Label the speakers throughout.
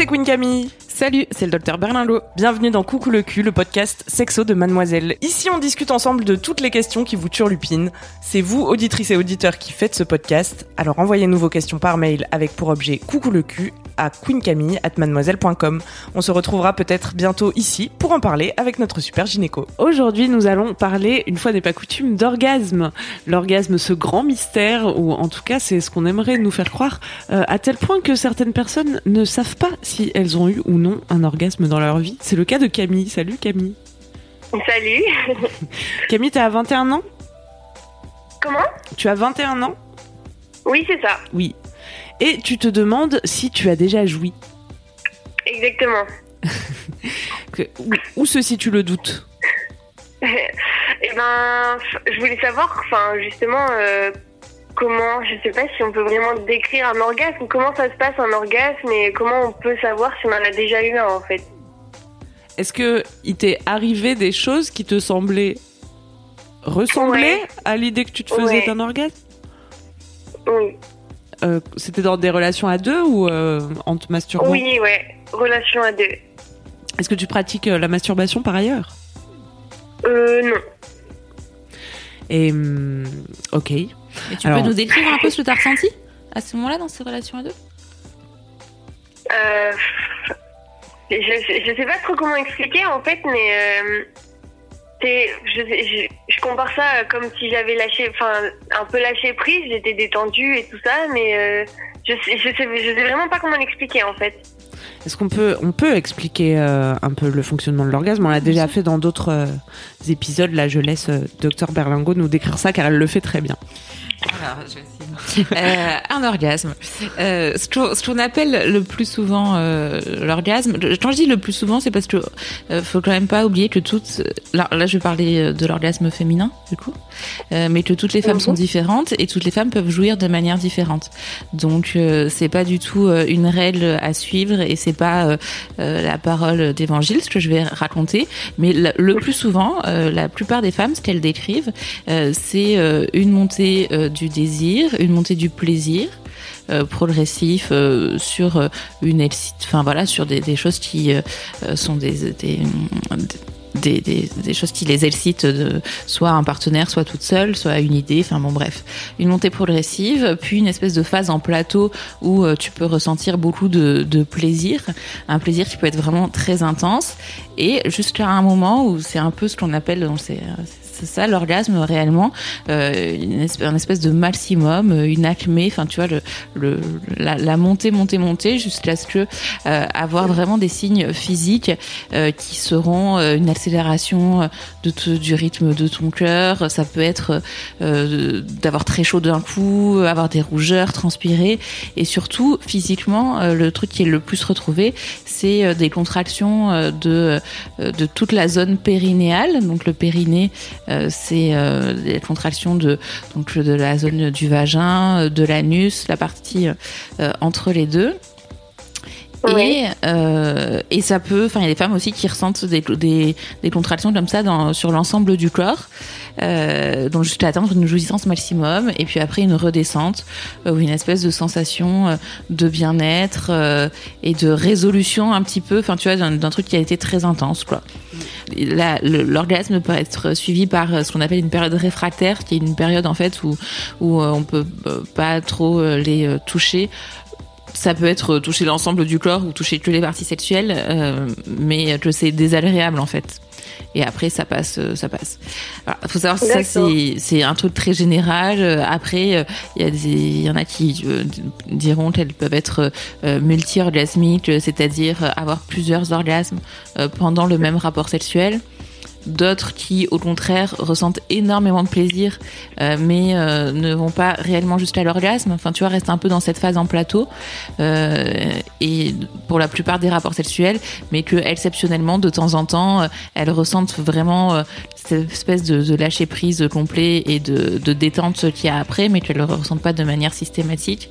Speaker 1: Queen Camille.
Speaker 2: Salut, c'est le docteur Berlinlot.
Speaker 1: Bienvenue dans Coucou le cul, le podcast sexo de Mademoiselle. Ici, on discute ensemble de toutes les questions qui vous turlupinent. C'est vous, auditrices et auditeurs, qui faites ce podcast. Alors envoyez-nous vos questions par mail avec pour objet Coucou le cul à queencamille@mademoiselle.com. On se retrouvera peut-être bientôt ici pour en parler avec notre super gynéco.
Speaker 2: Aujourd'hui, nous allons parler, une fois n'est pas coutume, d'orgasme. L'orgasme, ce grand mystère, ou en tout cas, c'est ce qu'on aimerait nous faire croire, à tel point que certaines personnes ne savent pas si elles ont eu ou non un orgasme dans leur vie. C'est le cas de Camille. Salut Camille.
Speaker 3: Salut.
Speaker 2: Camille, t'as 21 ans ?
Speaker 3: Comment ?
Speaker 2: Tu as 21 ans ?
Speaker 3: Oui, c'est ça.
Speaker 2: Oui. Et tu te demandes si tu as déjà joui.
Speaker 3: Exactement.
Speaker 2: Où se situe le doute ?
Speaker 3: Eh ben, je voulais savoir, justement, comment, je sais pas si on peut vraiment décrire un orgasme, comment ça se passe un orgasme et comment on peut savoir si on en a déjà eu un en fait.
Speaker 2: Est-ce que il t'est arrivé des choses qui te semblaient ressembler à l'idée que tu te faisais d'un orgasme ?
Speaker 3: Oui.
Speaker 2: C'était dans des relations à deux ou en te masturbant ?
Speaker 3: Oui, relation à deux.
Speaker 2: Est-ce que tu pratiques la masturbation par ailleurs ?
Speaker 3: Non.
Speaker 2: Et ok.
Speaker 4: Et tu peux nous décrire un peu ce que tu as ressenti à ce moment-là dans ces relations à deux ?
Speaker 3: Je sais pas trop comment expliquer en fait, mais je compare ça comme si j'avais un peu lâché prise, j'étais détendue et tout ça, mais je sais vraiment pas comment l'expliquer en fait.
Speaker 2: Est-ce qu'on peut expliquer un peu le fonctionnement de l'orgasme ? On l'a déjà fait dans d'autres épisodes. Là, je laisse Dr Berlingot nous décrire ça car elle le fait très bien.
Speaker 4: Alors, je vais essayer. Un orgasme. Ce qu'on appelle le plus souvent l'orgasme. Quand je dis le plus souvent, c'est parce que faut quand même pas oublier que là, je vais parler de l'orgasme féminin du coup, mais que toutes les femmes sont différentes et toutes les femmes peuvent jouir de manière différente. Donc c'est pas du tout une règle à suivre et c'est pas la parole d'évangile ce que je vais raconter. Mais le plus souvent, la plupart des femmes, ce qu'elles décrivent, c'est une montée du désir, une montée du plaisir progressif sur une sur des choses qui sont des choses qui les excitent, soit un partenaire, soit toute seule, soit une idée, bref. Une montée progressive, puis une espèce de phase en plateau où tu peux ressentir beaucoup de plaisir, un plaisir qui peut être vraiment très intense, et jusqu'à un moment où c'est un peu ce qu'on appelle, c'est ça l'orgasme réellement, une espèce de maximum, une acmé, tu vois, la montée jusqu'à ce que avoir vraiment des signes physiques qui seront une accélération du rythme de ton cœur. Ça peut être d'avoir très chaud d'un coup, avoir des rougeurs, transpirer, et surtout physiquement, le truc qui est le plus retrouvé, c'est des contractions de toute la zone périnéale. Donc le périnée, c'est les contractions de la zone du vagin, de l'anus, la partie entre les deux. Oui. Et ça peut, il y a des femmes aussi qui ressentent des contractions comme ça sur l'ensemble du corps, donc jusqu'à atteindre une jouissance maximum, et puis après une redescente ou une espèce de sensation de bien-être et de résolution un petit peu, tu vois, d'un truc qui a été très intense, quoi. L'orgasme peut être suivi par ce qu'on appelle une période réfractaire, qui est une période en fait où on peut pas trop les toucher. Ça peut être toucher l'ensemble du corps ou toucher que les parties sexuelles, mais que c'est désagréable en fait. Et après ça passe. Alors, faut savoir que ça c'est un truc très général. Après il y en a qui diront qu'elles peuvent être multi-orgasmiques, c'est-à-dire avoir plusieurs orgasmes pendant le même rapport sexuel. D'autres qui, au contraire, ressentent énormément de plaisir, mais ne vont pas réellement jusqu'à l'orgasme. Tu vois, restent un peu dans cette phase en plateau, et pour la plupart des rapports sexuels, mais que exceptionnellement, de temps en temps, elles ressentent vraiment cette espèce de lâcher prise complet et de détente qu'il y a après, mais qu'elles ne le ressentent pas de manière systématique.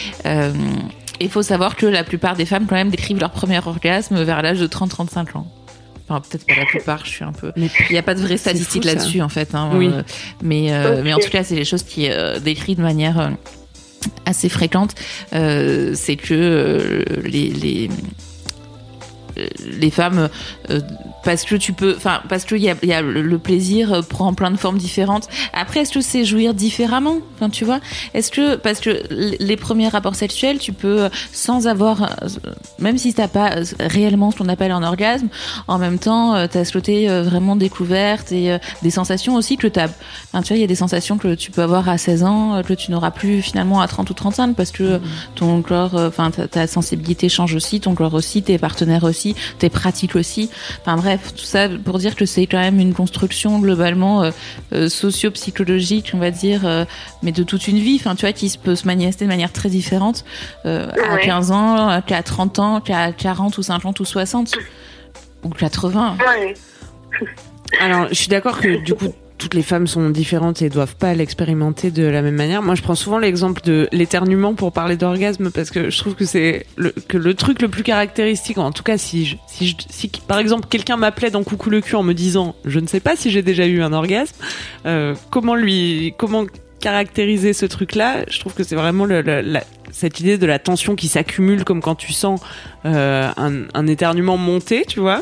Speaker 4: Il faut savoir que la plupart des femmes, quand même, décrivent leur premier orgasme vers l'âge de 30-35 ans. Enfin, peut-être pas la plupart, je suis un peu... Il n'y a pas de vraies statistiques là-dessus, en fait.
Speaker 2: Oui.
Speaker 4: Mais en tout cas, c'est des choses qui décrivent de manière assez fréquente. C'est que les femmes, parce que parce qu'il y a le plaisir prend plein de formes différentes. Après, est-ce que c'est jouir différemment? Enfin, tu vois, parce que les premiers rapports sexuels, tu peux, sans avoir, même si t'as pas réellement ce qu'on appelle un orgasme, en même temps, t'as ce côté vraiment découverte et des sensations aussi que tu vois, il y a des sensations que tu peux avoir à 16 ans, que tu n'auras plus finalement à 30 ou 35 parce que ton corps, ta sensibilité change aussi, ton corps aussi, tes partenaires aussi, tes pratiques aussi. Enfin bref, tout ça pour dire que c'est quand même une construction globalement socio-psychologique, on va dire, mais de toute une vie, enfin tu vois, qui peut se manifester de manière très différente à 15 ans, qu'à 30 ans, qu'à 40 ou 50 ou 60 ou 80.
Speaker 3: Ouais.
Speaker 2: Alors, je suis d'accord que du coup, toutes les femmes sont différentes et doivent pas l'expérimenter de la même manière. Moi, je prends souvent l'exemple de l'éternuement pour parler d'orgasme parce que je trouve que c'est le truc le plus caractéristique. En tout cas, si par exemple quelqu'un m'appelait dans Coucou le cul en me disant je ne sais pas si j'ai déjà eu un orgasme, comment caractériser ce truc-là? Je trouve que c'est vraiment cette idée de la tension qui s'accumule comme quand tu sens un éternuement monter, tu vois.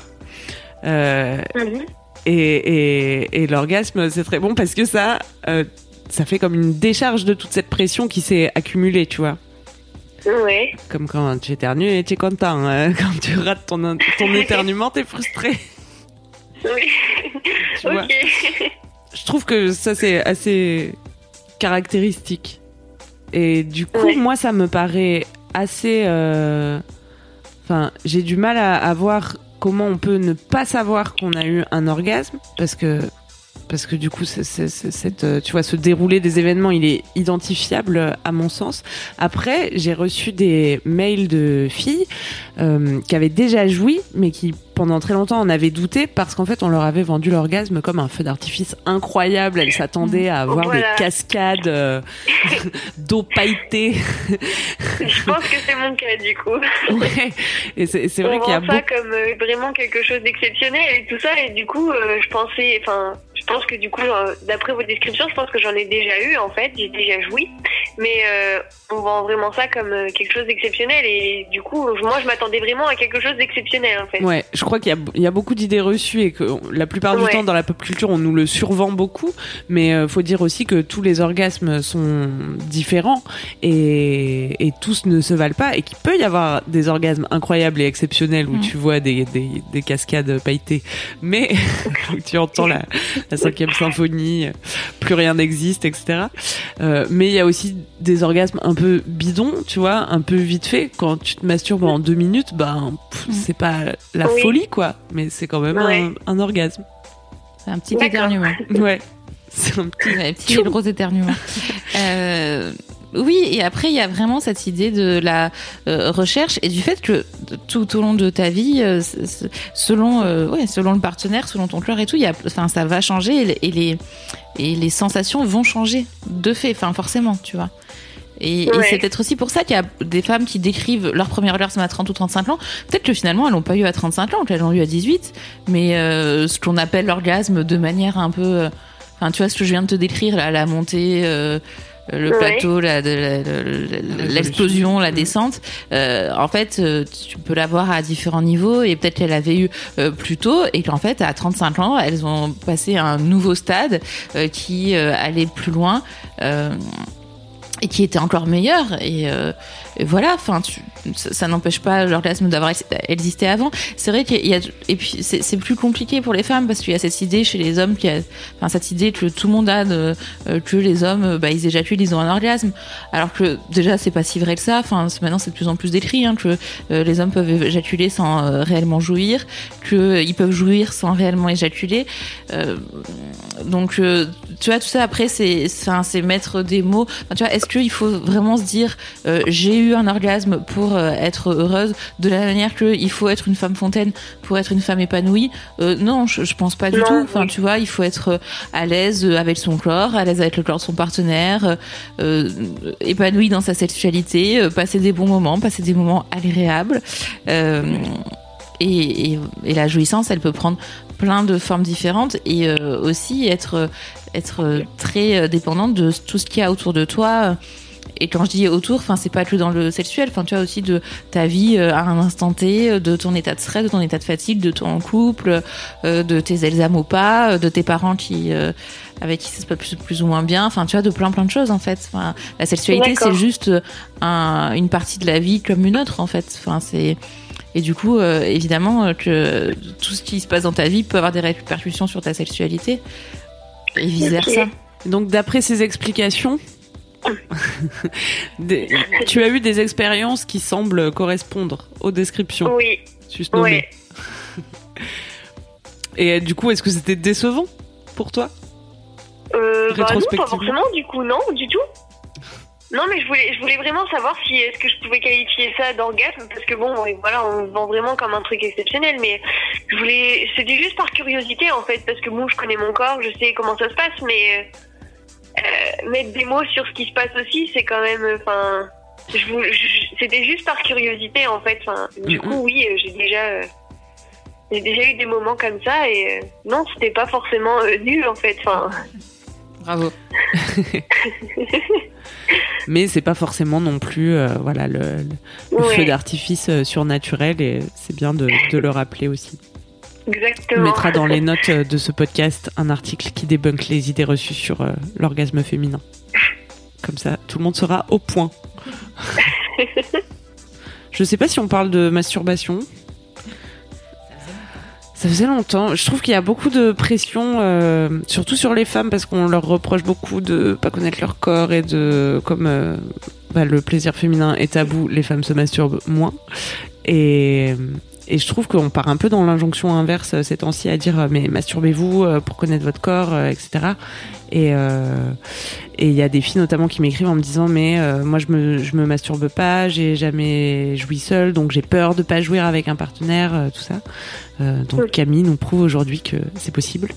Speaker 2: Et l'orgasme, c'est très bon parce que ça fait comme une décharge de toute cette pression qui s'est accumulée, tu vois.
Speaker 3: Ouais.
Speaker 2: Comme quand tu éternues et tu es content. Quand tu rates ton éternuement, t'es frustré.
Speaker 3: Oui.
Speaker 2: Tu vois. Je trouve que ça, c'est assez caractéristique. Et du coup, moi, ça me paraît assez... Enfin, j'ai du mal à voir comment on peut ne pas savoir qu'on a eu un orgasme parce que du coup tu vois, ce déroulé des événements, il est identifiable à mon sens. Après, j'ai reçu des mails de filles qui avaient déjà joui mais qui pendant très longtemps en avaient douté parce qu'en fait on leur avait vendu l'orgasme comme un feu d'artifice incroyable. Elles s'attendaient à avoir des cascades d'eau pailletée.
Speaker 3: Je pense que c'est mon cas du coup.
Speaker 2: Ouais. Et c'est vrai qu'il y a
Speaker 3: ça comme vraiment quelque chose d'exceptionnel et tout ça, et du coup je pense que du coup d'après vos descriptions, je pense que j'en ai déjà eu en fait, j'ai déjà joui, mais on vend vraiment ça comme quelque chose d'exceptionnel et du coup moi je m'attendais vraiment à quelque chose d'exceptionnel en fait.
Speaker 2: Ouais, je crois qu'il y a beaucoup d'idées reçues et que la plupart du temps dans la pop culture on nous le survend beaucoup, mais faut dire aussi que tous les orgasmes sont différents et tous ne se valent pas et qu'il peut y avoir des orgasmes incroyables et exceptionnels où tu vois des cascades pailletées, mais où tu entends la 5e symphonie, plus rien n'existe, etc. Mais il y a aussi des orgasmes un peu bidons, tu vois, un peu vite fait. Quand tu te masturbes en 2 minutes, c'est pas la folie, quoi. Mais c'est quand même un orgasme.
Speaker 4: C'est un petit éternuement.
Speaker 2: Ouais. C'est un petit
Speaker 4: gros éternuement. Oui, et après il y a vraiment cette idée de la recherche et du fait que tout au long de ta vie, selon le partenaire, selon ton cœur et tout, ça va changer et les sensations vont changer de fait, forcément, tu vois. Et c'est peut-être aussi pour ça qu'il y a des femmes qui décrivent leur premier orgasme à 30 ou 35 ans. Peut-être que finalement elles l'ont pas eu à 35 ans, qu'elles l'ont eu à 18, mais ce qu'on appelle l'orgasme de manière un peu, tu vois ce que je viens de te décrire là, la montée. Le plateau, l'explosion, la descente. En fait, tu peux l'avoir à différents niveaux et peut-être qu'elle avait eu plus tôt et qu'en fait, à 35 ans, elles ont passé à un nouveau stade qui allait plus loin et qui était encore meilleur. Et voilà, ça n'empêche pas l'orgasme d'avoir existé avant. C'est vrai qu'il y a, et puis c'est plus compliqué pour les femmes parce qu'il y a cette idée chez les hommes cette idée que tout le monde a que les hommes, ils éjaculent, ils ont un orgasme. Alors que déjà, c'est pas si vrai que ça. Maintenant, c'est de plus en plus décrit, que les hommes peuvent éjaculer sans réellement jouir, qu'ils peuvent jouir sans réellement éjaculer. Donc, tu vois, tout ça après, c'est mettre des mots. Tu vois, est-ce qu'il faut vraiment se dire, j'ai eu un orgasme pour être heureuse, de la manière qu'il faut être une femme fontaine pour être une femme épanouie? Non, je pense pas du tout. Tu vois, il faut être à l'aise avec son corps, à l'aise avec le corps de son partenaire, épanoui dans sa sexualité, passer des bons moments, passer des moments agréables. Et la jouissance, elle peut prendre plein de formes différentes et aussi être très dépendante de tout ce qu'il y a autour de toi. Et quand je dis autour, enfin, c'est pas que dans le sexuel, enfin, tu vois, aussi de ta vie à un instant T, de ton état de stress, de ton état de fatigue, de ton couple, de tes examens ou pas, de tes parents avec qui ça se passe plus ou moins bien, enfin, tu vois, de plein de choses, en fait. Enfin, la sexualité,
Speaker 3: D'accord.
Speaker 4: c'est juste une partie de la vie comme une autre, en fait. Enfin, et du coup, évidemment, que tout ce qui se passe dans ta vie peut avoir des répercussions sur ta sexualité et vice versa.
Speaker 3: Ok.
Speaker 2: Donc, d'après ces explications, tu as eu des expériences qui semblent correspondre aux descriptions
Speaker 3: Oui,
Speaker 2: susnommées.
Speaker 3: ouais.
Speaker 2: Et du coup, est-ce que c'était décevant pour toi?
Speaker 3: Bah non, pas
Speaker 2: Rétrospectivement.
Speaker 3: forcément, du coup, non, du tout. Non, mais je voulais vraiment savoir si est-ce que je pouvais qualifier ça d'orgasme, parce que bon, voilà, on le vend vraiment comme un truc exceptionnel, mais c'était juste par curiosité en fait, parce que bon, je connais mon corps, je sais comment ça se passe, mais mettre des mots sur ce qui se passe aussi, c'est quand même, enfin, c'était juste par curiosité en fait. Enfin, du coup, oui, j'ai déjà eu des moments comme ça et non, c'était pas forcément nul en fait. Enfin.
Speaker 4: Bravo.
Speaker 2: Mais c'est pas forcément non plus voilà le
Speaker 3: Ouais.
Speaker 2: feu d'artifice surnaturel, et c'est bien de le rappeler aussi. On
Speaker 3: Exactement.
Speaker 2: mettra dans les notes de ce podcast un article qui débunk les idées reçues sur l'orgasme féminin. Comme ça, tout le monde sera au point. Je sais pas si on parle de masturbation. Ça faisait longtemps. Je trouve qu'il y a beaucoup de pression, surtout sur les femmes, parce qu'on leur reproche beaucoup de pas connaître leur corps et de comme le plaisir féminin est tabou, les femmes se masturbent moins. Et je trouve qu'on part un peu dans l'injonction inverse ces temps-ci à dire mais masturbez-vous pour connaître votre corps, etc. Et il y a des filles notamment qui m'écrivent en me disant mais moi je me masturbe pas, j'ai jamais joui seule, donc j'ai peur de pas jouir avec un partenaire, tout ça. Donc Camille nous prouve aujourd'hui que c'est possible.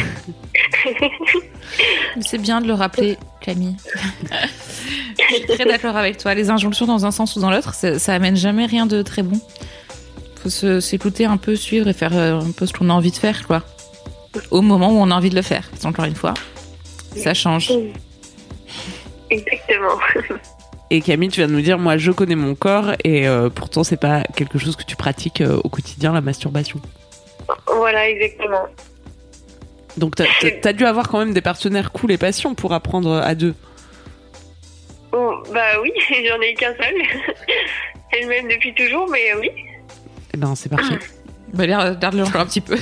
Speaker 4: C'est bien de le rappeler, Camille. Je suis très d'accord avec toi. Les injonctions dans un sens ou dans l'autre, ça amène jamais rien de très bon. Faut s'écouter un peu, suivre et faire un peu ce qu'on a envie de faire, quoi. Au moment où on a envie de le faire. Parce qu'encore une fois, ça change.
Speaker 3: Exactement.
Speaker 2: Et Camille, tu viens de nous dire, moi je connais mon corps, et pourtant c'est pas quelque chose que tu pratiques au quotidien, la masturbation.
Speaker 3: Voilà, exactement.
Speaker 2: Donc t'as dû avoir quand même des partenaires cool et patients pour apprendre à deux.
Speaker 3: Bon, bah oui, j'en ai eu qu'un seul. C'est le même depuis toujours, mais oui.
Speaker 2: Eh ben c'est parfait.
Speaker 4: Bah, garde-le encore un petit peu.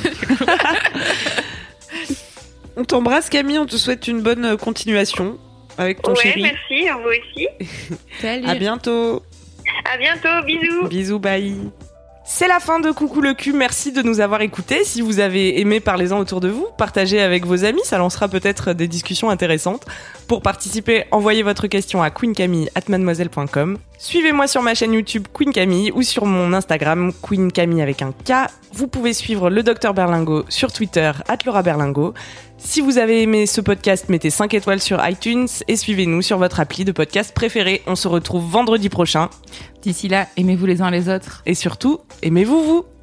Speaker 2: On t'embrasse Camille, on te souhaite une bonne continuation avec ton
Speaker 3: Ouais,
Speaker 2: chéri.
Speaker 3: merci, à vous aussi.
Speaker 4: Salut.
Speaker 2: À bientôt.
Speaker 3: À bientôt, bisous.
Speaker 2: Bisous, bye.
Speaker 1: C'est la fin de Coucou le cul, merci de nous avoir écoutés. Si vous avez aimé, parlez-en autour de vous, partagez avec vos amis, ça lancera peut-être des discussions intéressantes. Pour participer, envoyez votre question à queencamille@mademoiselle.com. Suivez-moi sur ma chaîne YouTube Queen Camille ou sur mon Instagram Queen Camille avec un K. Vous pouvez suivre le Dr Berlingo sur Twitter @LauraBerlingo. Si vous avez aimé ce podcast, mettez 5 étoiles sur iTunes et suivez-nous sur votre appli de podcast préféré. On se retrouve vendredi prochain.
Speaker 4: D'ici là, aimez-vous les uns les autres.
Speaker 1: Et surtout, aimez-vous vous.